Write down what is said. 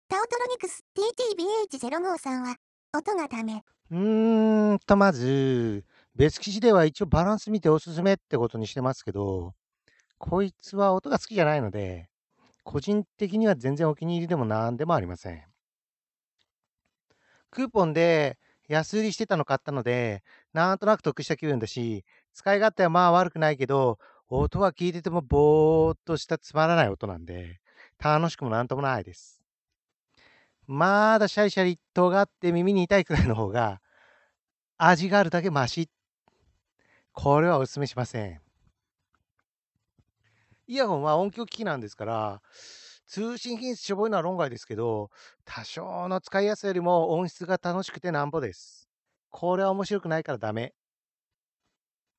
タオトロニクス TTBH053 は音がダメ。 まず、別機種では一応バランス見ておすすめってことにしてますけど、こいつは音が好きじゃないので、個人的には全然お気に入りでもなんでもありません。クーポンで安売りしてたの買ったので、なんとなく得した気分だし、使い勝手はまあ悪くないけど、音は聞いててもぼーっとしたつまらない音なんで、楽しくもなんともないです。まだシャリシャリ尖って耳に痛いくらいの方が、味があるだけマシ。これはお勧めしません。イヤホンは音響機器なんですから、通信品質しょぼいのは論外ですけど、多少の使いやすさよりも音質が楽しくてなんぼです。これは面白くないからダメ。